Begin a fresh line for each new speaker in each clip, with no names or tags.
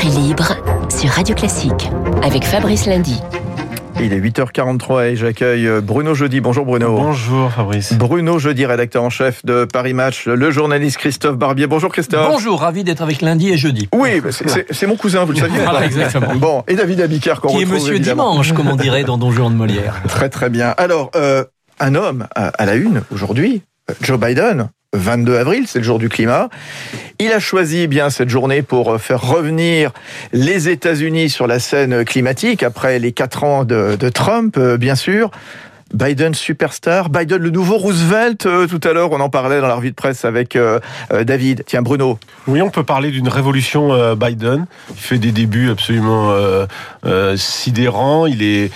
Esprit libre sur Radio Classique avec Fabrice Lundy.
Il est 8h43 et j'accueille Bruno Jeudi. Bonjour Bruno.
Bonjour Fabrice.
Bruno Jeudi, rédacteur en chef de Paris Match, le journaliste Christophe Barbier. Bonjour Christophe.
Bonjour, ravi d'être avec Lundi et Jeudi.
Oui, c'est mon cousin, vous le saviez.
Voilà, exactement.
Bon, et David Abicard qu'on retrouve
qui est Monsieur
évidemment.
Dimanche, comme on dirait dans Don Juan de Molière.
Très très bien. Alors, un homme à la une aujourd'hui, Joe Biden. 22 avril, c'est le jour du climat. Il a choisi bien cette journée pour faire revenir les États-Unis sur la scène climatique après les 4 ans de Trump, bien sûr. Biden superstar, Biden le nouveau Roosevelt. Tout à l'heure, on en parlait dans la revue de presse avec David. Tiens, Bruno.
Oui, on peut parler d'une révolution Biden. Il fait des débuts absolument sidérants.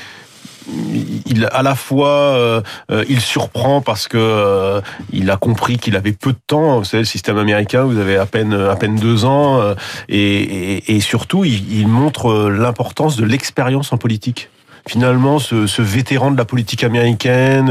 Il à la fois il surprend parce que il a compris qu'il avait peu de temps. Vous savez, le système américain, vous avez à peine 2 ans, et surtout il montre l'importance de l'expérience en politique. Finalement, ce vétéran de la politique américaine,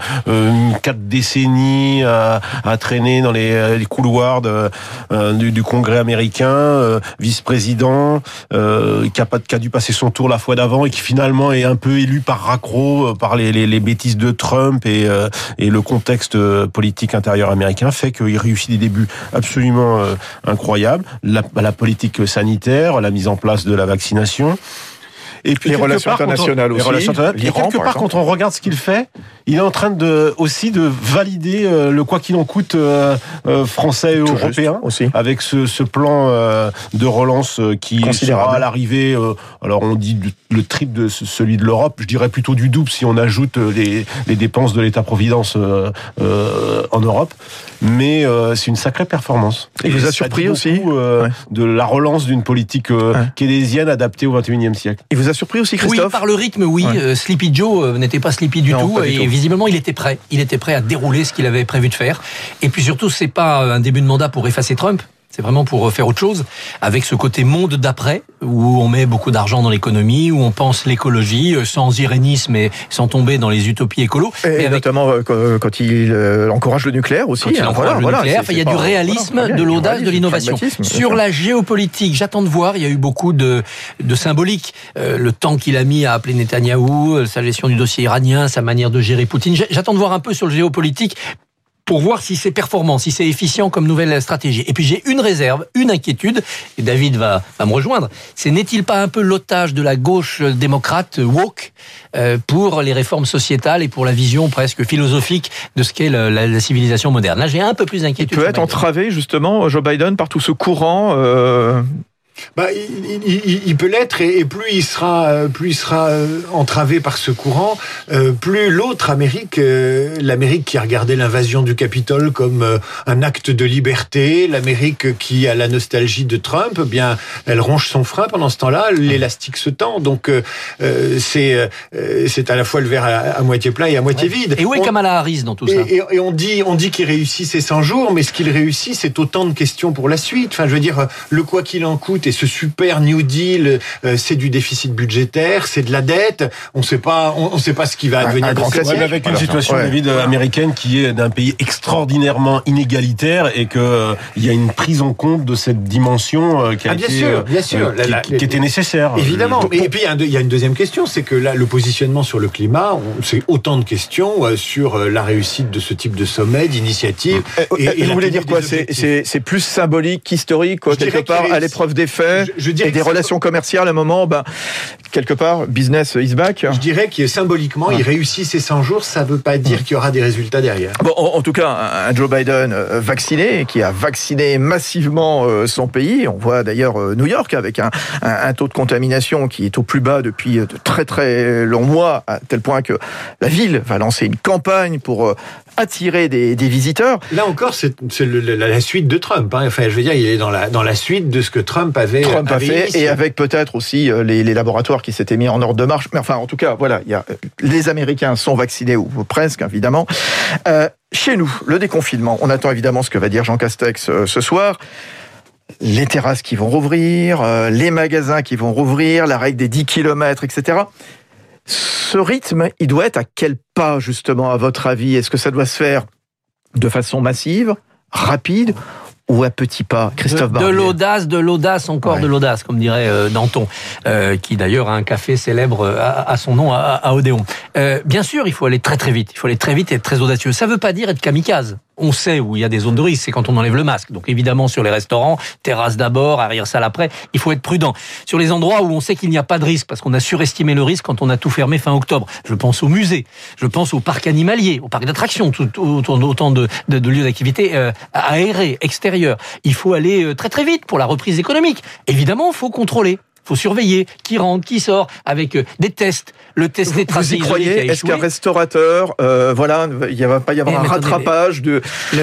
4 décennies à traîner dans les couloirs du Congrès américain, vice-président, qui a dû passer son tour la fois d'avant et qui finalement est un peu élu par raccro par les bêtises de Trump et le contexte politique intérieur américain fait qu'il réussit des débuts absolument incroyables. La politique sanitaire, la mise en place de la vaccination. Et puis
les relations internationales aussi.
Et quelque part, quand on regarde ce qu'il fait, il est en train aussi de valider le quoi qu'il en coûte français et européen, avec ce plan de relance qui sera à l'arrivée. Alors on dit le triple de celui de l'Europe, je dirais plutôt du double si on ajoute les dépenses de l'État-providence en Europe. Mais c'est une sacrée performance.
Il vous a surpris aussi
de la relance d'une politique keynésienne adaptée au XXIe siècle.
Il vous a surpris aussi, Christophe ?
Oui, par le rythme, oui. Ouais. Sleepy Joe n'était pas sleepy du tout. Et visiblement, il était prêt. Il était prêt à dérouler ce qu'il avait prévu de faire. Et puis surtout, c'est pas un début de mandat pour effacer Trump. C'est vraiment pour faire autre chose, avec ce côté monde d'après, où on met beaucoup d'argent dans l'économie, où on pense l'écologie, sans irénisme et sans tomber dans les utopies écolos.
Et notamment quand il encourage le nucléaire aussi.
Quand il encourage le nucléaire, il y a du réalisme, de l'audace, de l'innovation. Sur la géopolitique, j'attends de voir, il y a eu beaucoup de symbolique. Le temps qu'il a mis à appeler Netanyahou, sa gestion du dossier iranien, sa manière de gérer Poutine. J'attends de voir un peu sur le géopolitique, pour voir si c'est performant, si c'est efficient comme nouvelle stratégie. Et puis j'ai une réserve, une inquiétude, et David va me rejoindre, n'est-il pas un peu l'otage de la gauche démocrate woke pour les réformes sociétales et pour la vision presque philosophique de ce qu'est la civilisation moderne? Là, j'ai un peu plus d'inquiétude.
Il peut être entravé, justement, Joe Biden, par tout ce courant
il peut l'être, et plus il sera entravé par ce courant, plus l'autre Amérique, l'Amérique qui a regardé l'invasion du Capitole comme un acte de liberté, l'Amérique qui a la nostalgie de Trump, eh bien elle ronge son frein pendant ce temps-là, l'élastique se tend. Donc c'est à la fois le verre à moitié plein et à moitié vide.
Et où est Kamala Harris dans tout ça ?
Et on dit qu'il réussit ses 100 jours, mais ce qu'il réussit, c'est autant de questions pour la suite. Enfin, je veux dire, le quoi qu'il en coûte et ce super New Deal, c'est du déficit budgétaire, c'est de la dette. On sait pas ce qui va advenir.
Avec une situation américaine qui est d'un pays extraordinairement inégalitaire et que il y a une prise en compte de cette dimension qui était nécessaire.
Évidemment. Et puis il y a une deuxième question, c'est que là, le positionnement sur le climat, c'est autant de questions sur la réussite de ce type de sommet, d'initiative.
Et vous voulez dire quoi ? C'est plus symbolique qu'historique, quoi, quelque part, à l'épreuve des faits et des relations commerciales à un moment, quelque part, business is back.
Je dirais que symboliquement, il réussit ses 100 jours, ça ne veut pas dire qu'il y aura des résultats derrière.
Bon, en tout cas, un Joe Biden vacciné, qui a vacciné massivement son pays. On voit d'ailleurs New York avec un taux de contamination qui est au plus bas depuis de très très longs mois, à tel point que la ville va lancer une campagne pour attirer des visiteurs.
Là encore, c'est la suite de Trump. Enfin, je veux dire, il est dans la suite de ce que Trump avait fait,
et avec peut-être aussi les laboratoires qui s'étaient mis en ordre de marche. Mais enfin, en tout cas, voilà, les Américains sont vaccinés, ou presque, évidemment. Chez nous, le déconfinement, on attend évidemment ce que va dire Jean Castex ce soir. Les terrasses qui vont rouvrir, les magasins qui vont rouvrir, la règle des 10 km, etc. Ce rythme, il doit être à quel pas, justement, à votre avis ? Est-ce que ça doit se faire de façon massive, rapide, ou à petits pas, Christophe Barbier?
De l'audace, encore de l'audace, comme dirait Danton, qui d'ailleurs a un café célèbre à son nom à Odéon. Bien sûr, il faut aller très très vite. Il faut aller très vite et être très audacieux. Ça ne veut pas dire être kamikaze. On sait où il y a des zones de risque, c'est quand on enlève le masque. Donc évidemment sur les restaurants, terrasse d'abord, arrière-salle après, il faut être prudent. Sur les endroits où on sait qu'il n'y a pas de risque, parce qu'on a surestimé le risque quand on a tout fermé fin octobre. Je pense aux musées, je pense aux parcs animaliers, aux parcs d'attractions, autant de lieux d'activité aérés, extérieurs. Il faut aller très très vite pour la reprise économique. Évidemment, il faut contrôler. Il faut surveiller qui rentre, qui sort, avec des tests. Le test des tracés.
Vous y croyez? Est-ce qu'un restaurateur, il ne va pas y avoir un rattrapage du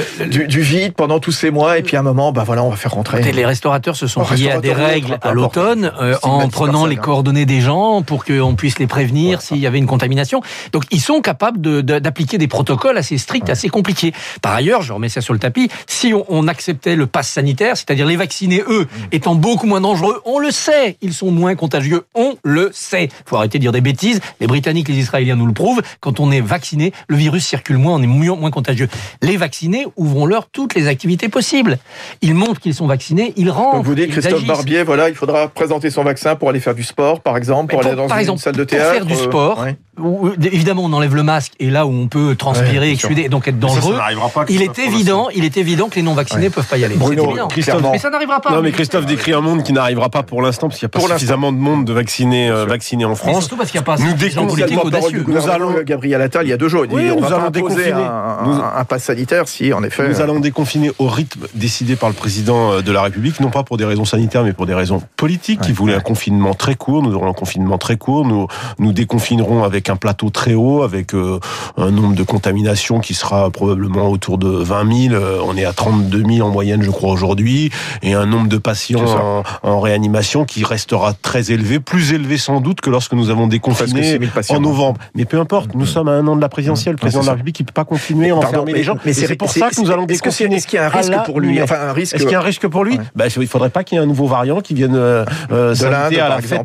vide pendant tous ces mois, et puis à un moment, on va faire rentrer.
Les restaurateurs se sont pliés à des règles à l'automne, en prenant les coordonnées des gens pour qu'on puisse les prévenir s'il y avait une contamination. Donc ils sont capables d'appliquer des protocoles assez stricts, assez compliqués. Par ailleurs, je remets ça sur le tapis, si on acceptait le pass sanitaire, c'est-à-dire les vaccinés, eux, étant beaucoup moins dangereux, on le sait, ils sont moins contagieux, on le sait. Il faut arrêter de dire des bêtises. Les Britanniques, les Israéliens nous le prouvent. Quand on est vacciné, le virus circule moins, on est moins contagieux. Les vaccinés, ouvrons-leur toutes les activités possibles. Ils montrent qu'ils sont vaccinés, ils rentrent.
Donc vous dites, Christophe Barbier, il faudra présenter son vaccin pour aller faire du sport, par exemple, pour aller dans une salle de théâtre.
Pour faire du sport, évidemment, on enlève le masque, et là où on peut transpirer, exsuder, donc être dangereux, il est évident que les non-vaccinés peuvent pas y aller.
Bruno,
mais ça n'arrivera pas.
Non, mais Christophe décrit un monde qui n'arrivera pas pour l'instant, parce qu'il n'y a pas suffisamment de monde de vaccinés en France.
Mais surtout parce qu'il n'y a pas suffisamment de politique audacieux.
Nous allons, Gabriel Attal, il y a 2 jours, on va pas imposer un pass sanitaire si, en effet...
Nous allons déconfiner au rythme décidé par le président de la République, non pas pour des raisons sanitaires, mais pour des raisons politiques. Il voulait un confinement très court, nous aurons un confinement très court, nous déconfinerons avec un plateau très haut, avec un nombre de contaminations qui sera probablement autour de 20 000, on est à 32 000 en moyenne, je crois, aujourd'hui, et un nombre de patients en réanimation qui restera très élevé, plus élevé sans doute que lorsque nous avons déconfiné en novembre. Mais peu importe, nous sommes à 1 an de la présidentielle, le président de la République qui ne peut pas continuer à enfermer les gens. Mais c'est pour ça que nous allons déconfiner.
Est-ce qu'il y a un risque pour lui?
Est-ce qu'il y a un risque pour lui? Il ne faudrait pas qu'il y ait un nouveau variant qui vienne s'inviter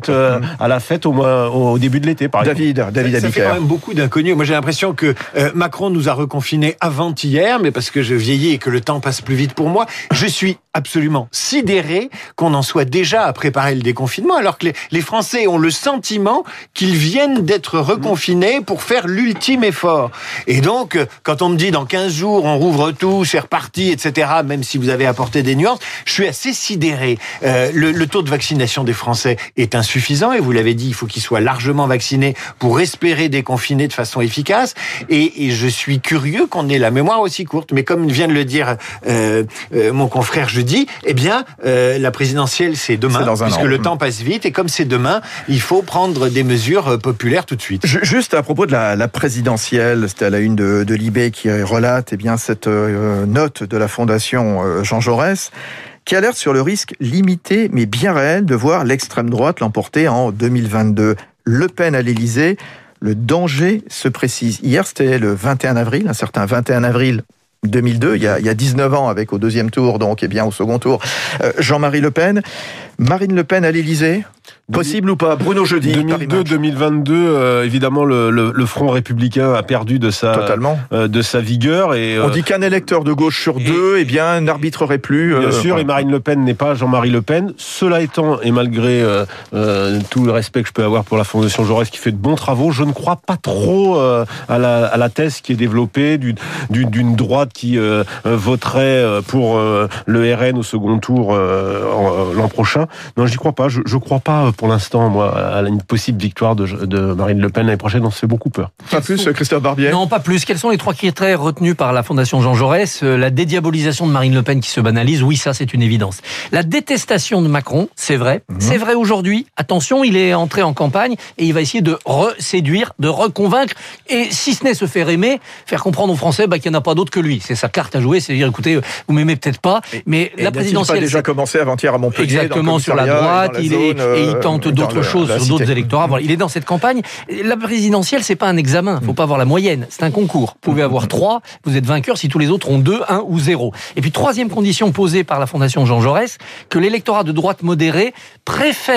à la fête au début de l'été, par exemple.
David
Ça fait quand même beaucoup d'inconnus. Moi, j'ai l'impression que Macron nous a reconfinés avant-hier, mais parce que je vieillis et que le temps passe plus vite pour moi, je suis absolument sidéré qu'on en soit déjà à préparer le déconfinement, alors que les Français ont le sentiment qu'ils viennent d'être reconfinés pour faire l'ultime effort. Et donc, quand on me dit dans 15 jours, on rouvre tout, c'est reparti, etc., même si vous avez apporté des nuances, je suis assez sidéré. Le taux de vaccination des Français est insuffisant, et vous l'avez dit, il faut qu'ils soient largement vaccinés pour espérer déconfiner de façon efficace. Et je suis curieux qu'on ait la mémoire aussi courte. Mais comme vient de le dire mon confrère jeudi, la présidentielle, c'est demain, puisque le temps passe vite, et comme c'est demain, il faut prendre des mesures populaires tout de suite.
Juste à propos de la présidentielle, c'était à la une de Libé qui relate cette note de la Fondation Jean Jaurès, qui alerte sur le risque limité mais bien réel de voir l'extrême droite l'emporter en 2022. Le Pen à l'Élysée, le danger se précise. Hier, c'était le 21 avril, un certain 21 avril 2002, il y a 19 ans, avec au 2e tour, donc, au second tour, Jean-Marie Le Pen. Marine Le Pen à l'Élysée, possible ou pas? Bruno Jeudi.
2002, évidemment, le Front républicain a perdu de sa vigueur. Et,
on dit qu'un électeur de gauche sur 2, n'arbitrerait plus.
Bien sûr, et Marine Le Pen n'est pas Jean-Marie Le Pen. Cela étant, et malgré tout le respect que je peux avoir pour la Fondation Jaurès qui fait de bons travaux, je ne crois pas trop à la thèse qui est développée d'une droite qui voterait pour le RN au second tour l'an prochain. Non, j'y crois pas. Je crois pas pour l'instant, moi, à une possible victoire de Marine Le Pen l'année prochaine. On se fait beaucoup peur.
Pas plus, Christophe Barbier?
Non, pas plus. Quels sont les 3 critères retenus par la Fondation Jean Jaurès? La dédiabolisation de Marine Le Pen qui se banalise, oui, ça c'est une évidence. La détestation de Macron, c'est vrai. C'est vrai aujourd'hui. Attention, il est entré en campagne et il va essayer de reséduire, de reconvaincre, et si ce n'est se faire aimer, faire comprendre aux Français qu'il n'y en a pas d'autre que lui. C'est sa carte à jouer, c'est dire, écoutez, vous m'aimez peut-être pas, mais la présidentielle...
Il n'a pas déjà commencé avant-hier à Montpellier?
Exactement, sur la droite, et il tente d'autres choses sur d'autres électorats. Voilà, il est dans cette campagne. La présidentielle, c'est pas un examen. Faut pas avoir la moyenne. C'est un concours. Vous pouvez avoir 3, vous êtes vainqueur si tous les autres ont 2, 1 ou 0. Et puis, 3e condition posée par la Fondation Jean Jaurès, que l'électorat de droite modérée préfère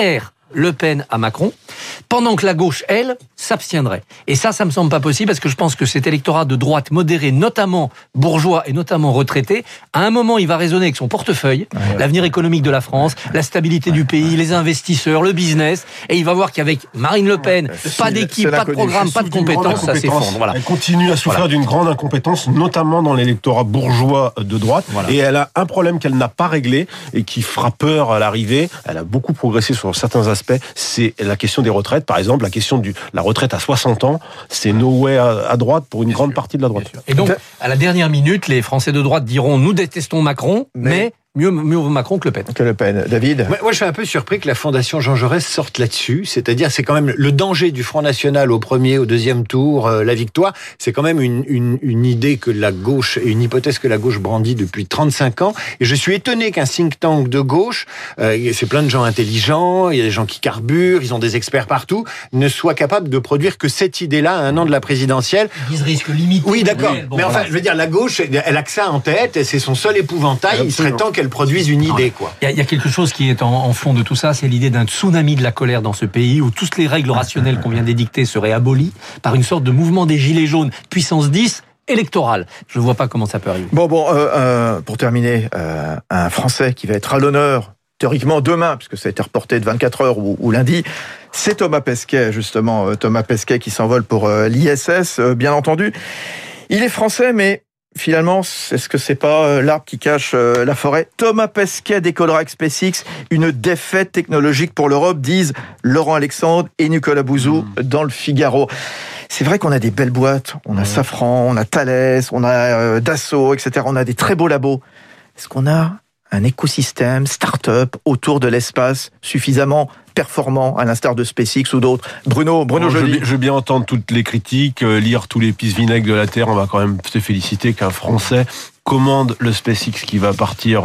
Le Pen à Macron, pendant que la gauche, elle, s'abstiendrait. Et ça me semble pas possible, parce que je pense que cet électorat de droite modéré, notamment bourgeois et notamment retraité, à un moment, il va raisonner avec son portefeuille, l'avenir économique de la France, la stabilité du pays, les investisseurs, le business, et il va voir qu'avec Marine Le Pen, pas d'équipe, pas de programme, pas de compétences, ça s'effondre. Voilà.
Elle continue à souffrir d'une grande incompétence, notamment dans l'électorat bourgeois de droite, et elle a un problème qu'elle n'a pas réglé et qui fera peur à l'arrivée. Elle a beaucoup progressé sur certains aspects, c'est la question des retraites. Par exemple, la question de la retraite à 60 ans, c'est no way à droite pour une grande partie de la droite.
Et donc, à la dernière minute, les Français de droite diront « Nous détestons Macron, mais mieux vaut Macron que Le Pen ».
Que Le Pen. David ?
Moi, je suis un peu surpris que la Fondation Jean Jaurès sorte là-dessus. C'est-à-dire, c'est quand même le danger du Front National au premier, au deuxième tour, la victoire. C'est quand même une idée que la gauche, et une hypothèse que la gauche brandit depuis 35 ans. Et je suis étonné qu'un think tank de gauche, c'est plein de gens intelligents, il y a des gens qui carburent, ils ont des experts partout, ne soit capable de produire que cette idée-là à un an de la présidentielle.
Ils risquent limité.
Oui, d'accord. Mais enfin, je veux dire, la gauche, elle a que ça en tête, et c'est son seul épouvantail. Il serait temps qu'elle produise une idée, quoi.
Il y a quelque chose qui est en fond de tout ça, c'est l'idée d'un tsunami de la colère dans ce pays, où toutes les règles rationnelles qu'on vient d'édicter seraient abolies par une sorte de mouvement des Gilets jaunes, puissance 10, électoral. Je ne vois pas comment ça peut arriver.
Bon, pour terminer, un Français qui va être à l'honneur, théoriquement demain, puisque ça a été reporté de 24 heures ou lundi, c'est Thomas Pesquet, justement. Thomas Pesquet qui s'envole pour l'ISS, bien entendu. Il est français, mais finalement, est-ce que c'est pas l'arbre qui cache la forêt ? Thomas Pesquet décollera avec SpaceX, une défaite technologique pour l'Europe, disent Laurent Alexandre et Nicolas Bouzou dans le Figaro. C'est vrai qu'on a des belles boîtes, on a Safran, on a Thales, on a Dassault, etc. On a des très beaux labos. Est-ce qu'on a un écosystème start-up autour de l'espace suffisamment performant, à l'instar de SpaceX ou d'autres? Bruno Jeudi.
Je veux bien entendre toutes les critiques, lire tous les pisse-vinaigres de la Terre. On va quand même se féliciter qu'un Français commande le SpaceX qui va partir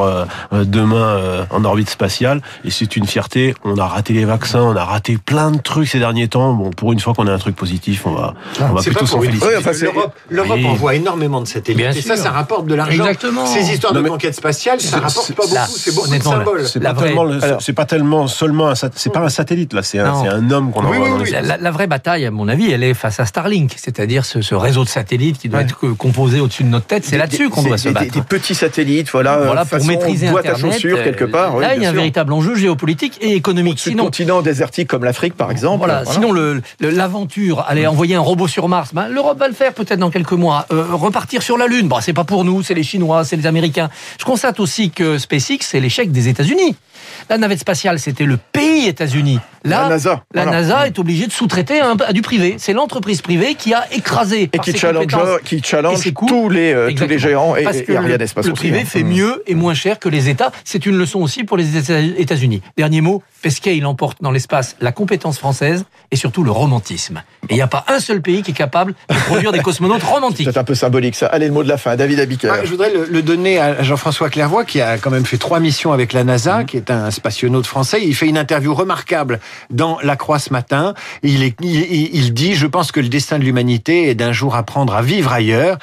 demain en orbite spatiale, et c'est une fierté. On a raté les vaccins, on a raté plein de trucs ces derniers temps. Bon, pour une fois qu'on a un truc positif, on va plutôt s'en féliciter.
L'Europe envoie énormément de satellites, et ça rapporte de l'argent.
Exactement.
Ces histoires de conquête spatiale, ça rapporte pas beaucoup, c'est beaucoup de symboles.
C'est pas tellement seulement c'est pas un satellite là, c'est un homme qu'on envoie dans l'espace.
La vraie bataille, à mon avis, elle est face à Starlink, c'est-à-dire ce réseau de satellites qui doit être composé au-dessus de notre tête. C'est là-dessus qu'on doit se battre.
Des petits satellites, voilà
pour maîtriser
boîte
Internet,
à chaussures quelque part.
Là, il y a un véritable enjeu géopolitique et économique.
Sinon, continent désertique comme l'Afrique, par exemple.
Voilà. Sinon, l'aventure, aller envoyer un robot sur Mars, l'Europe va le faire peut-être dans quelques mois. Repartir sur la Lune, c'est pas pour nous, c'est les Chinois, c'est les Américains. Je constate aussi que SpaceX, c'est l'échec des États-Unis. La navette spatiale, c'était le pays États-Unis. Là, la NASA est obligée de sous-traiter à du privé. C'est l'entreprise privée qui a écrasé
et qui challenge tous les géants et Ariane Espace.
Le privé fait mieux et moins cher que les États. C'est une leçon aussi pour les États-Unis. Dernier mot, Pesquet, il emporte dans l'espace la compétence française et surtout le romantisme. Et il n'y a pas un seul pays qui est capable de produire des cosmonautes romantiques.
C'est un peu symbolique ça. Allez, le mot de la fin, David Abiker.
Je voudrais le donner à Jean-François Clairvoy, qui a quand même fait 3 missions avec la NASA, qui est un spationaute français. Il fait une interview remarquable dans La Croix ce matin. Il dit « Je pense que le destin de l'humanité est d'un jour apprendre à vivre ailleurs,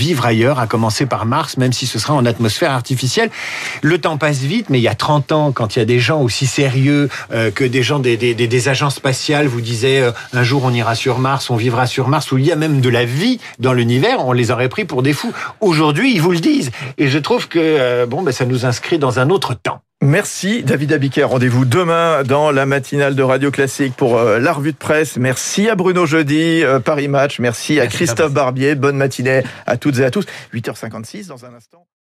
à commencer par Mars, même si ce sera en atmosphère artificielle. » Le temps passe vite, mais il y a 30 ans, quand il y a des gens aussi sérieux que des gens des agences spatiales vous disaient « Un jour on ira sur Mars, on vivra sur Mars », où il y a même de la vie dans l'univers, on les aurait pris pour des fous. Aujourd'hui, ils vous le disent. Et je trouve que ça nous inscrit dans un autre temps.
Merci David Abiker. Rendez-vous demain dans la matinale de Radio Classique pour la revue de presse. Merci à Bruno Jeudi, Paris Match. Merci à Christophe Barbier. Bonne matinée à toutes et à tous. 8h56 dans un instant.